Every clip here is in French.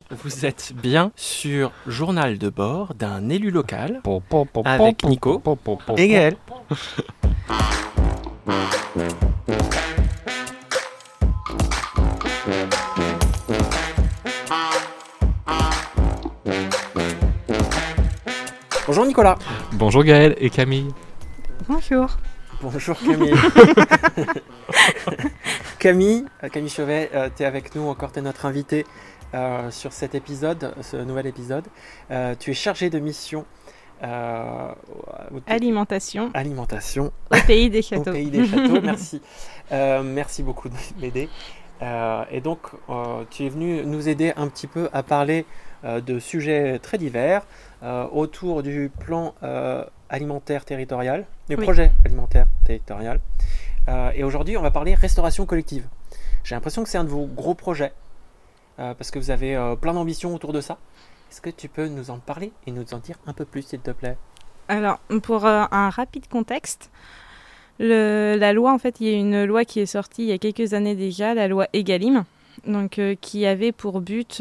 Vous êtes bien sur Journal de bord d'un élu local avec Nico et Gaël. Bonjour Nicolas. Bonjour Gaël et Camille. Bonjour. Bonjour Camille. Camille Chauvet, tu es avec nous encore, tu es notre invitée sur cet épisode, ce nouvel épisode. Tu es chargée de mission Alimentation au pays des châteaux. Au pays des châteaux, merci. Merci beaucoup de m'aider. Et donc, tu es venu nous aider un petit peu à parler de sujets très divers autour du plan alimentaire territorial, du projet alimentaire territorial. Et aujourd'hui, on va parler restauration collective. J'ai l'impression que c'est un de vos gros projets, parce que vous avez plein d'ambitions autour de ça. Est-ce que tu peux nous en parler et nous en dire un peu plus, s'il te plaît ? Alors, pour un rapide contexte, la loi, en fait, il y a une loi qui est sortie il y a quelques années déjà, la loi Egalim, donc, qui avait pour but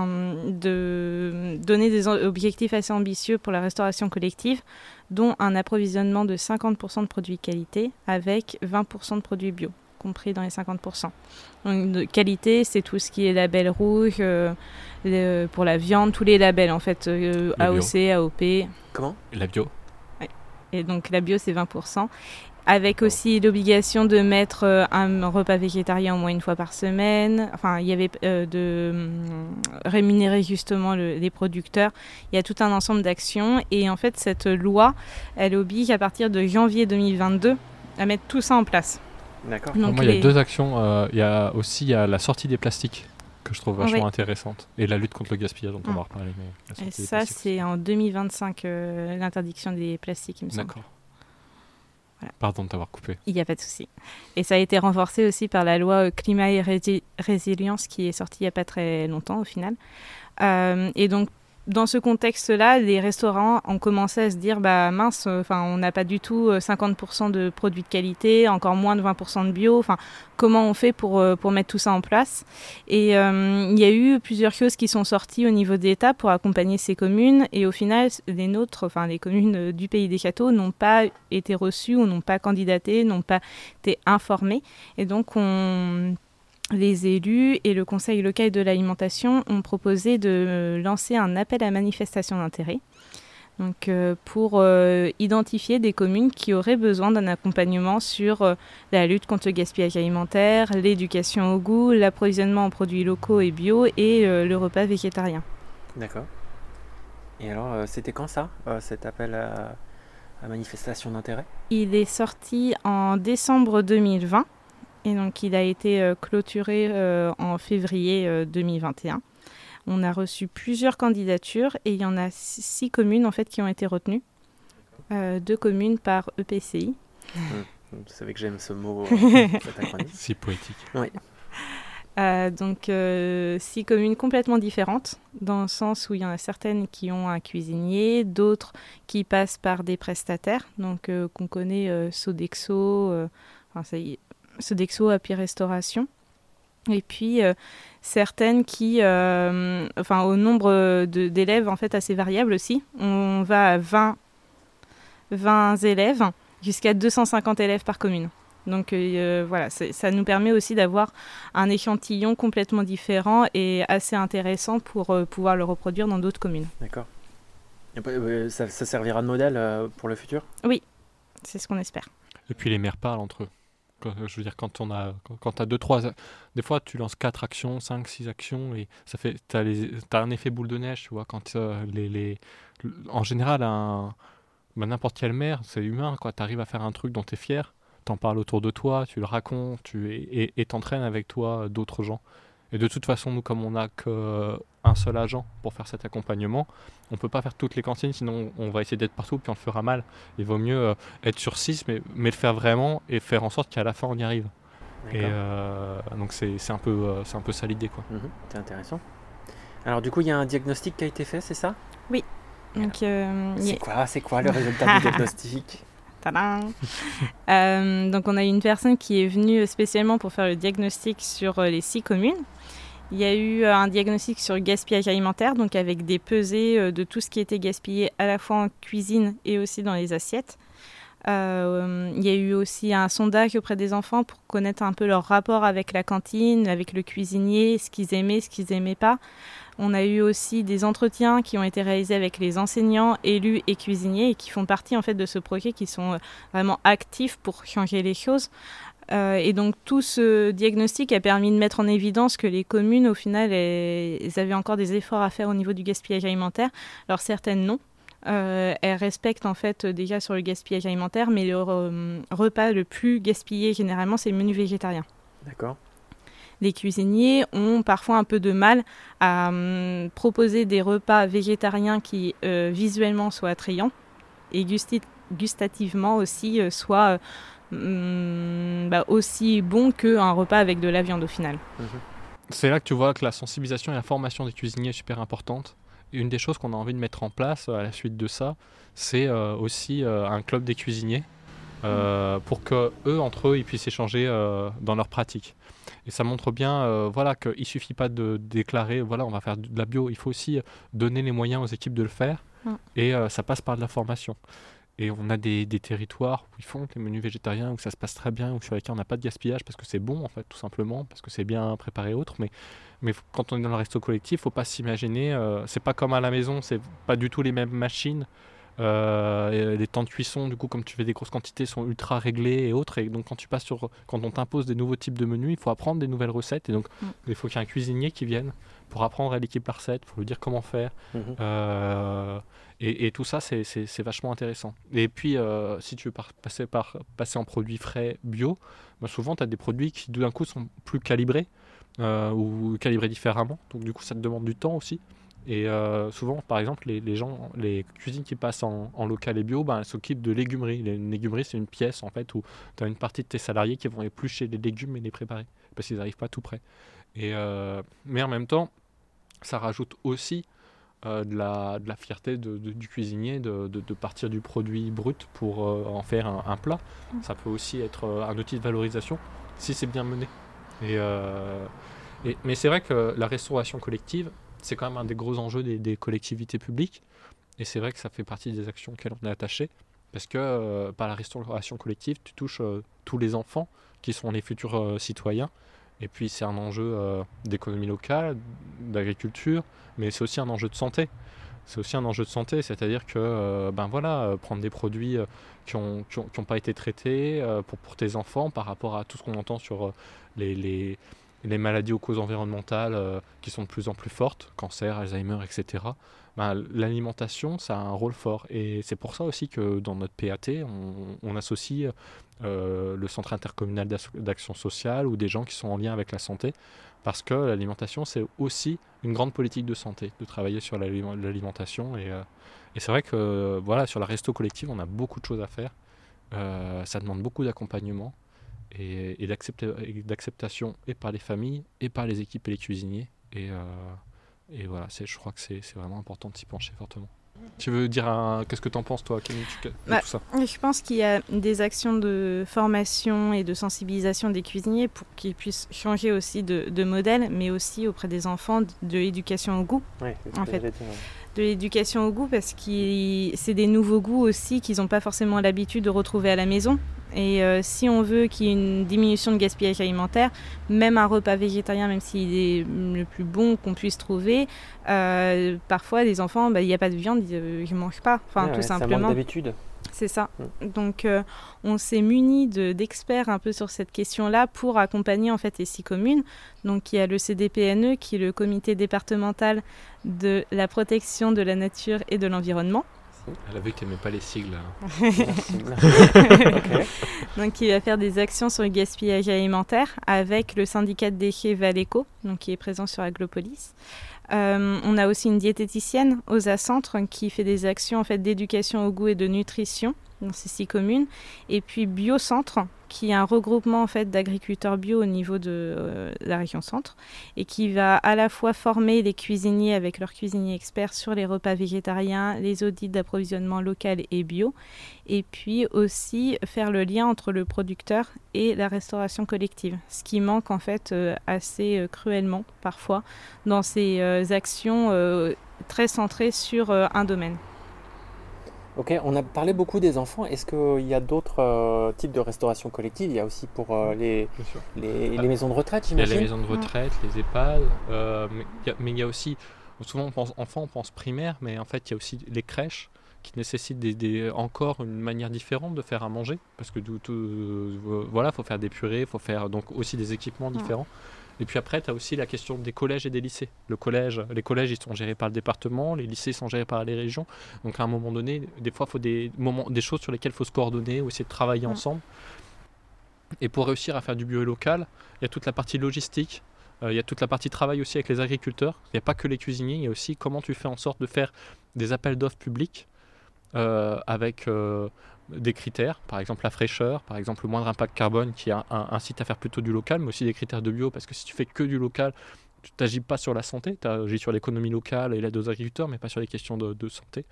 de donner des objectifs assez ambitieux pour la restauration collective, dont un approvisionnement de 50% de produits qualité avec 20% de produits bio, compris dans les 50%. Donc, de qualité, c'est tout ce qui est label rouge, pour la viande, tous les labels en fait, AOC, AOP. Comment ? La bio. Ouais. Et donc la bio, c'est 20%. Avec aussi l'obligation de mettre un repas végétarien au moins une fois par semaine. Enfin, il y avait de rémunérer justement les producteurs. Il y a tout un ensemble d'actions. Et en fait, cette loi, elle oblige à partir de janvier 2022 à mettre tout ça en place. D'accord. Donc, moi, il y a deux actions. Il y a la sortie des plastiques que je trouve vachement intéressante. Et la lutte contre le gaspillage, dont on va reparler. Et ça, c'est en 2025, l'interdiction des plastiques, il me semble. D'accord. Voilà. Pardon de t'avoir coupé. Il n'y a pas de souci. Et ça a été renforcé aussi par la loi Climat et Résilience qui est sortie il n'y a pas très longtemps au final. Et donc, dans ce contexte-là, les restaurants ont commencé à se dire mince, on n'a pas du tout 50% de produits de qualité, encore moins de 20% de bio. Comment on fait pour mettre tout ça en place ? Et il y a eu plusieurs choses qui sont sorties au niveau de l'État pour accompagner ces communes. Et au final, les communes du pays des châteaux n'ont pas été reçues ou n'ont pas candidaté, n'ont pas été informées. Et donc, les élus et le conseil local de l'alimentation ont proposé de lancer un appel à manifestation d'intérêt pour identifier des communes qui auraient besoin d'un accompagnement sur la lutte contre le gaspillage alimentaire, l'éducation au goût, l'approvisionnement en produits locaux et bio et le repas végétarien. D'accord. Et alors, c'était quand ça, cet appel à manifestation d'intérêt ? Il est sorti en décembre 2020. Et donc, il a été clôturé en février 2021. On a reçu plusieurs candidatures et il y en a 6 communes en fait, qui ont été retenues. 2 communes par EPCI. Vous savez que j'aime ce mot, cet acronyme. C'est poétique. Oui. 6 communes complètement différentes, dans le sens où il y en a certaines qui ont un cuisinier, d'autres qui passent par des prestataires, donc qu'on connaît Sodexo, Sodexo, Happy Restauration. Et puis, certaines qui, au nombre d'élèves en fait assez variable aussi. On va à 20 élèves jusqu'à 250 élèves par commune. Donc ça nous permet aussi d'avoir un échantillon complètement différent et assez intéressant pour pouvoir le reproduire dans d'autres communes. D'accord. Ça servira de modèle pour le futur ? Oui, c'est ce qu'on espère. Et puis les maires parlent entre eux. Je veux dire, quand tu as 2-3... Des fois, tu lances 4 actions, 5, 6 actions, et ça fait... T'as un effet boule de neige, tu vois, quand en général, n'importe quel maire, c'est humain, quoi. Tu arrives à faire un truc dont tu es fier, t'en parles autour de toi, tu le racontes, et t'entraînes avec toi d'autres gens. Et de toute façon, nous, comme on n'a qu'un seul agent pour faire cet accompagnement, on ne peut pas faire toutes les cantines, sinon on va essayer d'être partout, puis on le fera mal. Il vaut mieux être sur 6, mais le faire vraiment, et faire en sorte qu'à la fin, on y arrive. D'accord. Et donc, c'est un peu ça l'idée, quoi. C'est intéressant. Alors, du coup, il y a un diagnostic qui a été fait, c'est ça ? Oui. Donc, c'est quoi le résultat du diagnostic ? Donc on a une personne qui est venue spécialement pour faire le diagnostic sur les 6 communes. Il y a eu un diagnostic sur le gaspillage alimentaire, donc avec des pesées de tout ce qui était gaspillé à la fois en cuisine et aussi dans les assiettes. Il y a eu aussi un sondage auprès des enfants pour connaître un peu leur rapport avec la cantine, avec le cuisinier, ce qu'ils aimaient, ce qu'ils n'aimaient pas. On a eu aussi des entretiens qui ont été réalisés avec les enseignants, élus et cuisiniers et qui font partie en fait de ce projet, qui sont vraiment actifs pour changer les choses. Et donc tout ce diagnostic a permis de mettre en évidence que les communes, au final, elles avaient encore des efforts à faire au niveau du gaspillage alimentaire. Alors certaines non. Elles respectent en fait déjà sur le gaspillage alimentaire, mais le repas le plus gaspillé généralement, c'est le menu végétarien. D'accord. Les cuisiniers ont parfois un peu de mal à proposer des repas végétariens qui visuellement soient attrayants et gustativement aussi soient aussi bons qu'un repas avec de la viande au final. C'est là que tu vois que la sensibilisation et la formation des cuisiniers est super importante. Et une des choses qu'on a envie de mettre en place à la suite de ça, c'est aussi un club des cuisiniers pour que eux, entre eux, ils puissent échanger dans leurs pratiques. Et ça montre bien qu'il ne suffit pas de déclarer voilà, on va faire de la bio, il faut aussi donner les moyens aux équipes de le faire et ça passe par de la formation. Et on a des territoires où ils font des menus végétariens, où ça se passe très bien, où sur lesquels on n'a pas de gaspillage parce que c'est bon en fait, tout simplement, parce que c'est bien préparé et autres. Mais quand on est dans le resto collectif, il ne faut pas s'imaginer, c'est pas comme à la maison, c'est pas du tout les mêmes machines. Les temps de cuisson, du coup, comme tu fais des grosses quantités, sont ultra réglés et autres. Et donc, quand on t'impose des nouveaux types de menus, il faut apprendre des nouvelles recettes. Et donc, il faut qu'il y ait un cuisinier qui vienne pour apprendre à l'équipe la recette, pour lui dire comment faire. Et tout ça, c'est vachement intéressant. Et puis, si tu veux passer en produits frais bio, souvent, tu as des produits qui, d'un coup, sont plus calibrés ou calibrés différemment. Donc, du coup, ça te demande du temps aussi. Et souvent, par exemple, les cuisines qui passent en local et bio, elles s'occupent de légumerie. Une légumerie, c'est une pièce en fait où tu as une partie de tes salariés qui vont éplucher les légumes et les préparer parce qu'ils n'arrivent pas tout près. Mais en même temps, ça rajoute aussi de la fierté du cuisinier de partir du produit brut pour en faire un plat. Ça peut aussi être un outil de valorisation si c'est bien mené. Mais c'est vrai que la restauration collective, c'est quand même un des gros enjeux des collectivités publiques. Et c'est vrai que ça fait partie des actions auxquelles on est attaché. Parce que par la restauration collective, tu touches tous les enfants qui sont les futurs citoyens. Et puis c'est un enjeu d'économie locale, d'agriculture, mais c'est aussi un enjeu de santé. C'est-à-dire que prendre des produits qui n'ont pas été traités pour tes enfants par rapport à tout ce qu'on entend sur les maladies aux causes environnementales qui sont de plus en plus fortes, cancer, Alzheimer, etc. L'alimentation, ça a un rôle fort. Et c'est pour ça aussi que dans notre PAT, on associe le centre intercommunal d'action sociale ou des gens qui sont en lien avec la santé, parce que l'alimentation, c'est aussi une grande politique de santé, de travailler sur l'alimentation. Et c'est vrai que sur la resto collective, on a beaucoup de choses à faire. Ça demande beaucoup d'accompagnement et d'acceptation et par les familles et par les équipes et les cuisiniers. Et voilà, je crois que c'est vraiment important de s'y pencher fortement. Tu veux dire qu'est-ce que tu en penses toi, Camille, de tout ça? Je pense qu'il y a des actions de formation et de sensibilisation des cuisiniers pour qu'ils puissent changer aussi de modèle, mais aussi auprès des enfants de l'éducation au goût. Oui, en fait. De l'éducation au goût, parce que c'est des nouveaux goûts aussi qu'ils n'ont pas forcément l'habitude de retrouver à la maison. Et si on veut qu'il y ait une diminution de gaspillage alimentaire, même un repas végétarien, même s'il est le plus bon qu'on puisse trouver, parfois les enfants, il n'y a pas de viande, ils ne mangent pas, tout simplement. Ça manque d'habitude. C'est ça. Donc on s'est muni d'experts un peu sur cette question-là pour accompagner en fait les 6 communes. Donc il y a le CDPNE qui est le comité départemental de la protection de la nature et de l'environnement. Elle a vu que tu n'aimais pas les sigles. Okay. Donc il va faire des actions sur le gaspillage alimentaire avec le syndicat de déchets Valéco, donc qui est présent sur Aglopolis. On a aussi une diététicienne, Osa Centre, qui fait des actions en fait, d'éducation au goût et de nutrition dans ces 6 communes. Et puis Biocentre, qui est un regroupement en fait, d'agriculteurs bio au niveau de la région centre et qui va à la fois former les cuisiniers avec leurs cuisiniers experts sur les repas végétariens, les audits d'approvisionnement local et bio, et puis aussi faire le lien entre le producteur et la restauration collective, ce qui manque en fait assez cruellement parfois dans ces actions très centrées sur un domaine. Ok, on a parlé beaucoup des enfants. Est-ce qu'il y a d'autres types de restauration collective? Il y a aussi pour les maisons de retraite, Il y a j'imagine. les maisons de retraite, les EHPAD, mais il y a aussi, souvent on pense enfants, on pense primaire, mais en fait il y a aussi les crèches qui nécessitent encore une manière différente de faire à manger, parce que voilà, faut faire des purées, il faut faire donc aussi des équipements différents. Et puis après, tu as aussi la question des collèges et des lycées. Les collèges, ils sont gérés par le département, les lycées sont gérés par les régions. Donc à un moment donné, des fois, il faut des choses sur lesquelles il faut se coordonner ou essayer de travailler ensemble. Et pour réussir à faire du bio et local, il y a toute la partie logistique, il y a toute la partie travail aussi avec les agriculteurs. Il n'y a pas que les cuisiniers, il y a aussi comment tu fais en sorte de faire des appels d'offres publics avec des critères, par exemple la fraîcheur, par exemple le moindre impact carbone qui incite à faire plutôt du local, mais aussi des critères de bio, parce que si tu fais que du local, tu n'agis pas sur la santé, tu agis sur l'économie locale et l'aide aux agriculteurs, mais pas sur les questions de santé.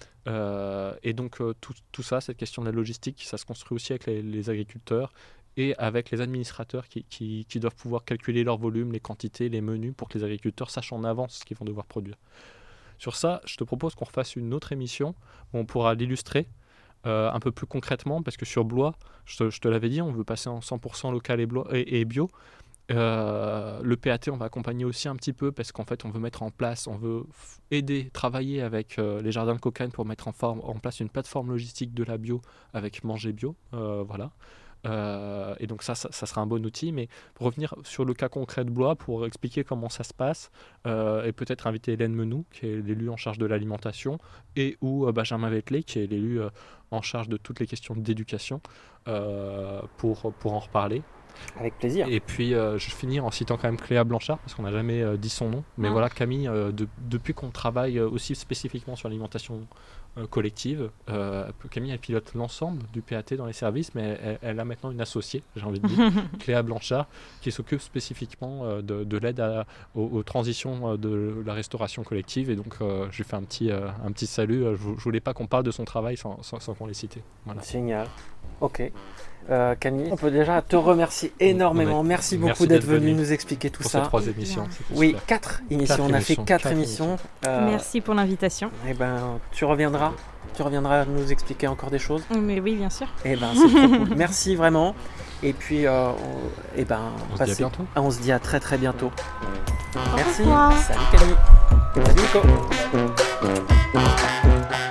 Et donc tout ça, cette question de la logistique, ça se construit aussi avec les agriculteurs et avec les administrateurs qui doivent pouvoir calculer leur volume, les quantités, les menus, pour que les agriculteurs sachent en avance ce qu'ils vont devoir produire. Sur ça, je te propose qu'on refasse une autre émission où on pourra l'illustrer un peu plus concrètement, parce que sur Blois, je te l'avais dit, on veut passer en 100% local et bio. Le PAT, on va accompagner aussi un petit peu, parce qu'en fait, on veut mettre en place, on veut travailler avec les jardins de Cocane pour mettre en place une plateforme logistique de la bio avec Manger Bio. Voilà. Et donc ça sera un bon outil, mais pour revenir sur le cas concret de Blois, pour expliquer comment ça se passe, et peut-être inviter Hélène Menou, qui est l'élu en charge de l'alimentation, et ou Benjamin Vettelé, qui est l'élu en charge de toutes les questions d'éducation, pour en reparler. Avec plaisir. Et puis je vais finir en citant quand même Cléa Blanchard, parce qu'on n'a jamais dit son nom, mais voilà, Camille, depuis qu'on travaille aussi spécifiquement sur l'alimentation collective, Camille, elle pilote l'ensemble du PAT dans les services, mais elle a maintenant une associée, j'ai envie de dire, Cléa Blanchard, qui s'occupe spécifiquement de l'aide aux transitions de la restauration collective. Et donc je lui fais un petit salut. Je voulais pas qu'on parle de son travail sans qu'on l'ait cité. Voilà. Génial. Ok. Camille, on peut déjà te remercier énormément. Merci beaucoup d'être venu nous expliquer tout ça. Pour ces 3 émissions. Oui, 4 émissions. On a fait 4 émissions. Merci pour l'invitation. Et tu reviendras nous expliquer encore des choses. Mais oui, bien sûr. Et c'est trop cool. Merci vraiment. Et puis, on se dit à bientôt. On se dit à très très bientôt. Merci. Au revoir. Salut Camille. Salut Nico.